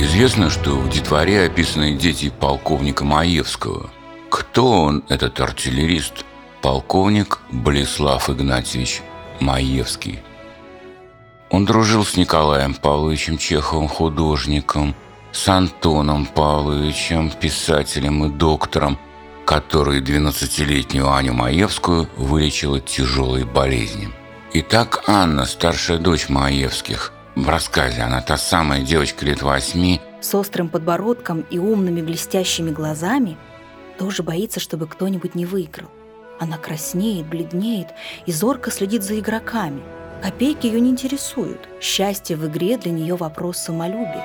Известно, что в детворе описаны дети полковника Маевского. Кто он, этот артиллерист? Полковник Болеслав Игнатьевич Маевский. Он дружил с Николаем Павловичем Чеховым, художником, с Антоном Павловичем, писателем и доктором, который 12-летнюю Аню Маевскую вылечил от тяжелой болезни. Итак, Анна, старшая дочь Маевских, в рассказе она та самая девочка лет 8, с острым подбородком и умными блестящими глазами, тоже боится, чтобы кто-нибудь не выиграл. Она краснеет, бледнеет и зорко следит за игроками. Копейки ее не интересуют. Счастье в игре для нее вопрос самолюбия.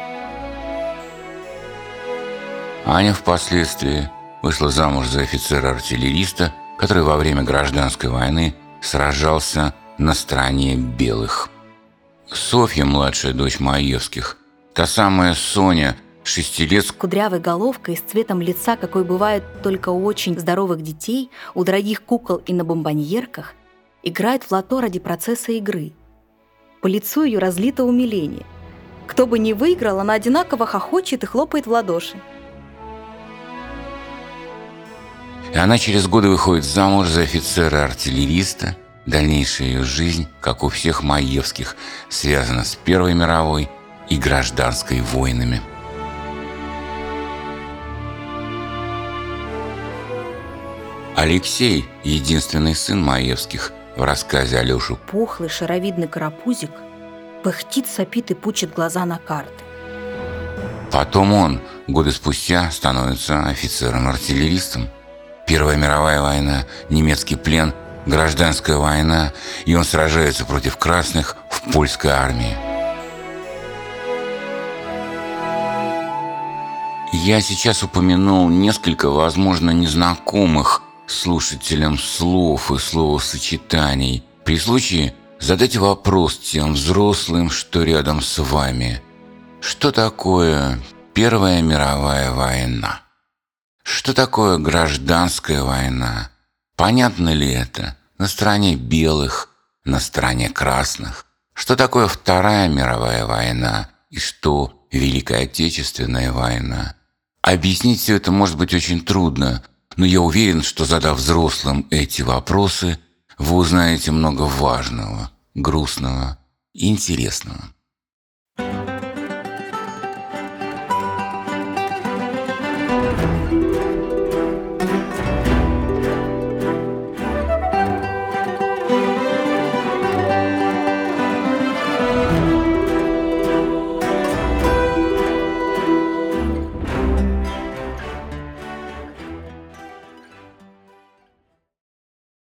Аня впоследствии вышла замуж за офицера-артиллериста, который во время гражданской войны сражался на стороне белых. Софья, младшая дочь Маевских, та самая Соня, 6 лет, с кудрявой головкой и с цветом лица, какой бывает только у очень здоровых детей, у дорогих кукол и на бомбоньерках, играет в лото ради процесса игры. По лицу ее разлито умиление. Кто бы ни выиграл, она одинаково хохочет и хлопает в ладоши. И она через годы выходит замуж за офицера-артиллериста. Дальнейшая ее жизнь, как у всех Маевских, связана с Первой мировой и гражданской войнами. Алексей, единственный сын Маевских, в рассказе Алёши пухлый шаровидный карапузик, пыхтит, сопит и пучит глаза на карты. Потом он, годы спустя, становится офицером-артиллеристом. Первая мировая война, немецкий плен, гражданская война, и он сражается против красных в польской армии. Я сейчас упомянул несколько, возможно, незнакомых слушателям слов и словосочетаний. При случае задайте вопрос тем взрослым, что рядом с вами. Что такое Первая мировая война? Что такое гражданская война? Понятно ли это? На стороне белых, на стороне красных. Что такое Вторая мировая война? И что Великая Отечественная война? Объяснить все это может быть очень трудно, но я уверен, что, задав взрослым эти вопросы, вы узнаете много важного, грустного и интересного.